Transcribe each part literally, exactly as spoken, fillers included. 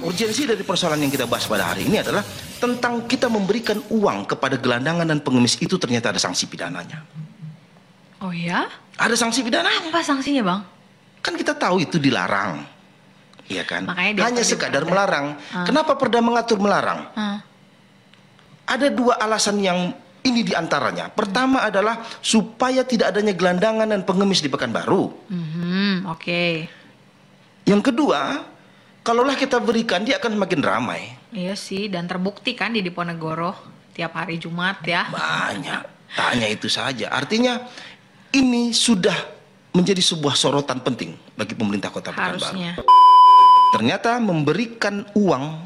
urgensi dari persoalan yang kita bahas pada hari ini adalah tentang kita memberikan uang kepada gelandangan dan pengemis itu ternyata ada sanksi pidananya. Oh ya? Ada sanksi pidananya. Apa sanksinya, Bang? Kan kita tahu itu dilarang. Iya kan? Hanya sekadar melarang. Ah. Kenapa Perda mengatur melarang? Ah. Ada dua alasan yang ini diantaranya. Pertama adalah supaya tidak adanya gelandangan dan pengemis di Pekanbaru. Mm-hmm, Oke. Okay. Yang kedua, kalaulah kita berikan dia akan semakin ramai. Iya sih, dan terbukti kan di Diponegoro tiap hari Jumat ya. Banyak. Tanya itu saja. Artinya ini sudah menjadi sebuah sorotan penting bagi pemerintah Kota Pekanbaru. Harusnya. Ternyata memberikan uang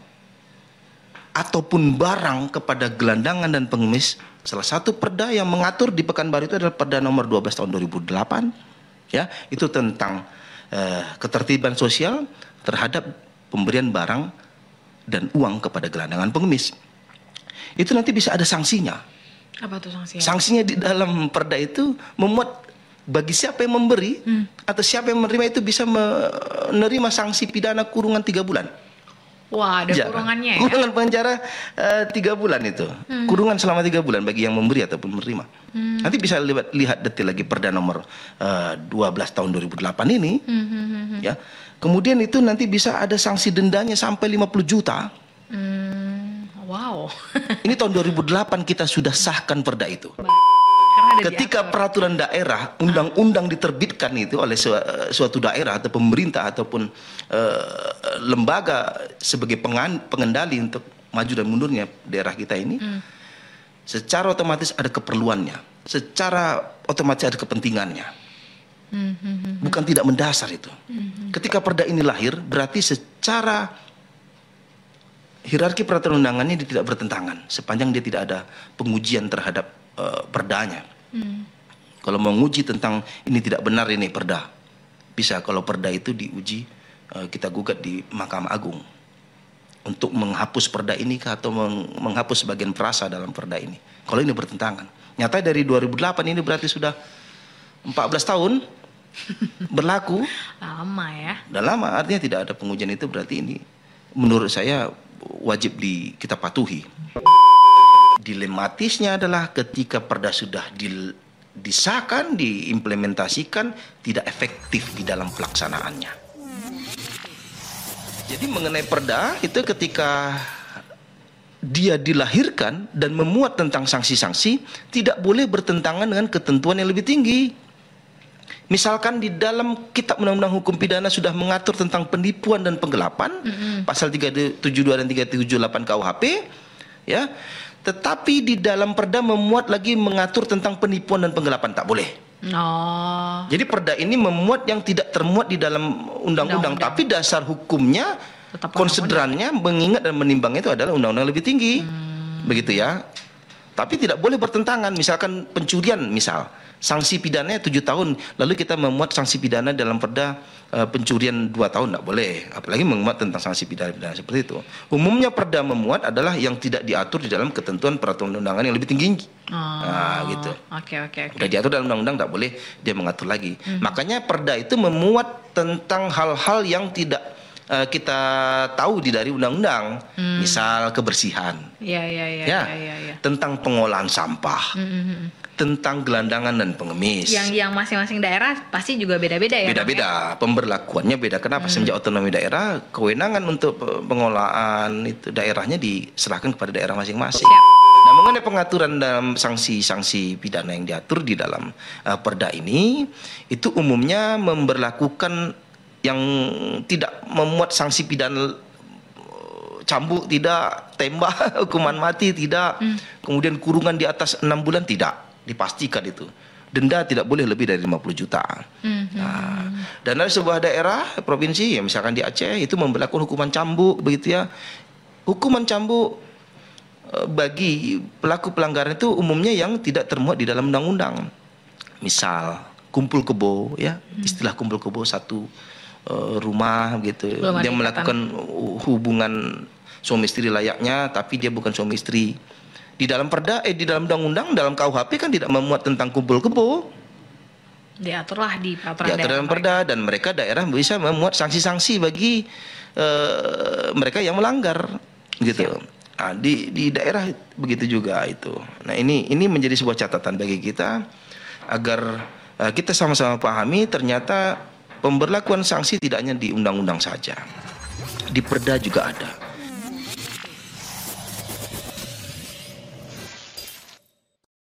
ataupun barang kepada gelandangan dan pengemis, salah satu perda yang mengatur di Pekanbaru itu adalah Perda nomor dua belas tahun dua ribu delapan, ya, itu tentang eh, ketertiban sosial terhadap pemberian barang dan uang kepada gelandangan pengemis. Itu nanti bisa ada sanksinya. Apa tuh sanksinya? Sanksinya di dalam perda itu memuat bagi siapa yang memberi hmm. atau siapa yang menerima itu bisa menerima sanksi pidana kurungan tiga bulan. Wah, ada ya, kurungannya ya? Kurungan penjara uh, tiga bulan itu. Hmm. Kurungan selama tiga bulan bagi yang memberi ataupun menerima. Hmm. Nanti bisa lihat, lihat detail lagi perda nomor uh, dua belas tahun dua ribu delapan ini. Hmm, hmm, hmm. Ya. Kemudian itu nanti bisa ada sanksi dendanya sampai lima puluh juta. Hmm. Wow. Ini tahun dua ribu delapan kita sudah sahkan perda itu. Ketika peraturan daerah, undang-undang diterbitkan itu oleh suatu daerah atau pemerintah ataupun uh, lembaga sebagai pengendali untuk maju dan mundurnya daerah kita ini, hmm. secara otomatis ada keperluannya, secara otomatis ada kepentingannya. Hmm, hmm, hmm. Bukan tidak mendasar itu. Hmm, hmm. Ketika perda ini lahir, berarti secara hierarki peraturan undangannya dia tidak bertentangan sepanjang dia tidak ada pengujian terhadap uh, perdanya. Hmm. Kalau menguji tentang ini tidak benar ini perda, bisa kalau perda itu diuji uh, kita gugat di Mahkamah Agung untuk menghapus perda ini atau meng menghapus sebagian frasa dalam perda ini. Kalau ini bertentangan, nyata dari dua ribu delapan ini berarti sudah empat belas tahun berlaku. Lama ya. Dan lama, artinya tidak ada pengujian itu berarti ini menurut saya wajib di kita patuhi. Dilematisnya adalah ketika perda sudah di, disahkan, diimplementasikan, tidak efektif di dalam pelaksanaannya. Jadi mengenai perda itu ketika dia dilahirkan dan memuat tentang sanksi-sanksi, tidak boleh bertentangan dengan ketentuan yang lebih tinggi. Misalkan di dalam Kitab Undang-Undang Hukum Pidana sudah mengatur tentang penipuan dan penggelapan, mm-hmm. pasal tiga tujuh dua dan tiga tujuh delapan K U H P, ya. Tetapi di dalam perda memuat lagi mengatur tentang penipuan dan penggelapan, tak boleh. Oh. Jadi perda ini memuat yang tidak termuat di dalam undang-undang, tapi dasar hukumnya, konsiderannya, mengingat dan menimbang itu adalah undang-undang lebih tinggi, hmm. begitu ya. Tapi tidak boleh bertentangan. Misalkan pencurian, misal sanksi pidananya tujuh tahun, lalu kita memuat sanksi pidana dalam perda uh, pencurian dua tahun, tidak boleh. Apalagi memuat tentang sanksi pidana-pidana seperti itu. Umumnya perda memuat adalah yang tidak diatur di dalam ketentuan peraturan undangan yang lebih tinggi. Oh, nah, gitu. Oke, oke, oke. Sudah diatur dalam undang-undang, tak boleh dia mengatur lagi. Mm-hmm. Makanya perda itu memuat tentang hal-hal yang tidak uh, kita tahu di dari undang-undang. Mm. Misal kebersihan. Iya, iya, iya, ya, ya, ya. Tentang pengolahan sampah. Mm-hmm. Tentang gelandangan dan pengemis. Yang yang masing-masing daerah pasti juga beda-beda ya. Beda-beda, pemberlakuannya beda. Kenapa? Hmm. Semenjak otonomi daerah, kewenangan untuk pengolahan itu daerahnya diserahkan kepada daerah masing-masing. Nah, mengenai pengaturan dalam sanksi-sanksi pidana yang diatur di dalam uh, perda ini, itu umumnya memberlakukan yang tidak memuat sanksi pidana cambuk tidak, tembak, hukuman mati tidak, hmm. kemudian kurungan di atas enam bulan tidak. Dipastikan itu denda tidak boleh lebih dari lima puluh juta. Mm-hmm. Nah, dan ada sebuah daerah provinsi, ya misalkan di Aceh itu memberlakukan hukuman cambuk, begitu ya. Hukuman cambuk e, bagi pelaku pelanggaran itu umumnya yang tidak termuat di dalam undang-undang. Misal kumpul kebo, ya, mm. istilah kumpul kebo satu e, rumah, gitu. Belum dia melakukan hubungan suami istri layaknya, tapi dia bukan suami istri. Di dalam perda, eh di dalam undang-undang, dalam K U H P kan tidak memuat tentang kumpul kebo. Diaturlah di peraturan diatur dalam perda, dan mereka daerah bisa memuat sanksi-sanksi bagi uh, mereka yang melanggar gitu. Nah, di di daerah begitu juga itu. Nah, ini ini menjadi sebuah catatan bagi kita agar uh, kita sama-sama pahami ternyata pemberlakuan sanksi tidak hanya di undang-undang saja. Di perda juga ada.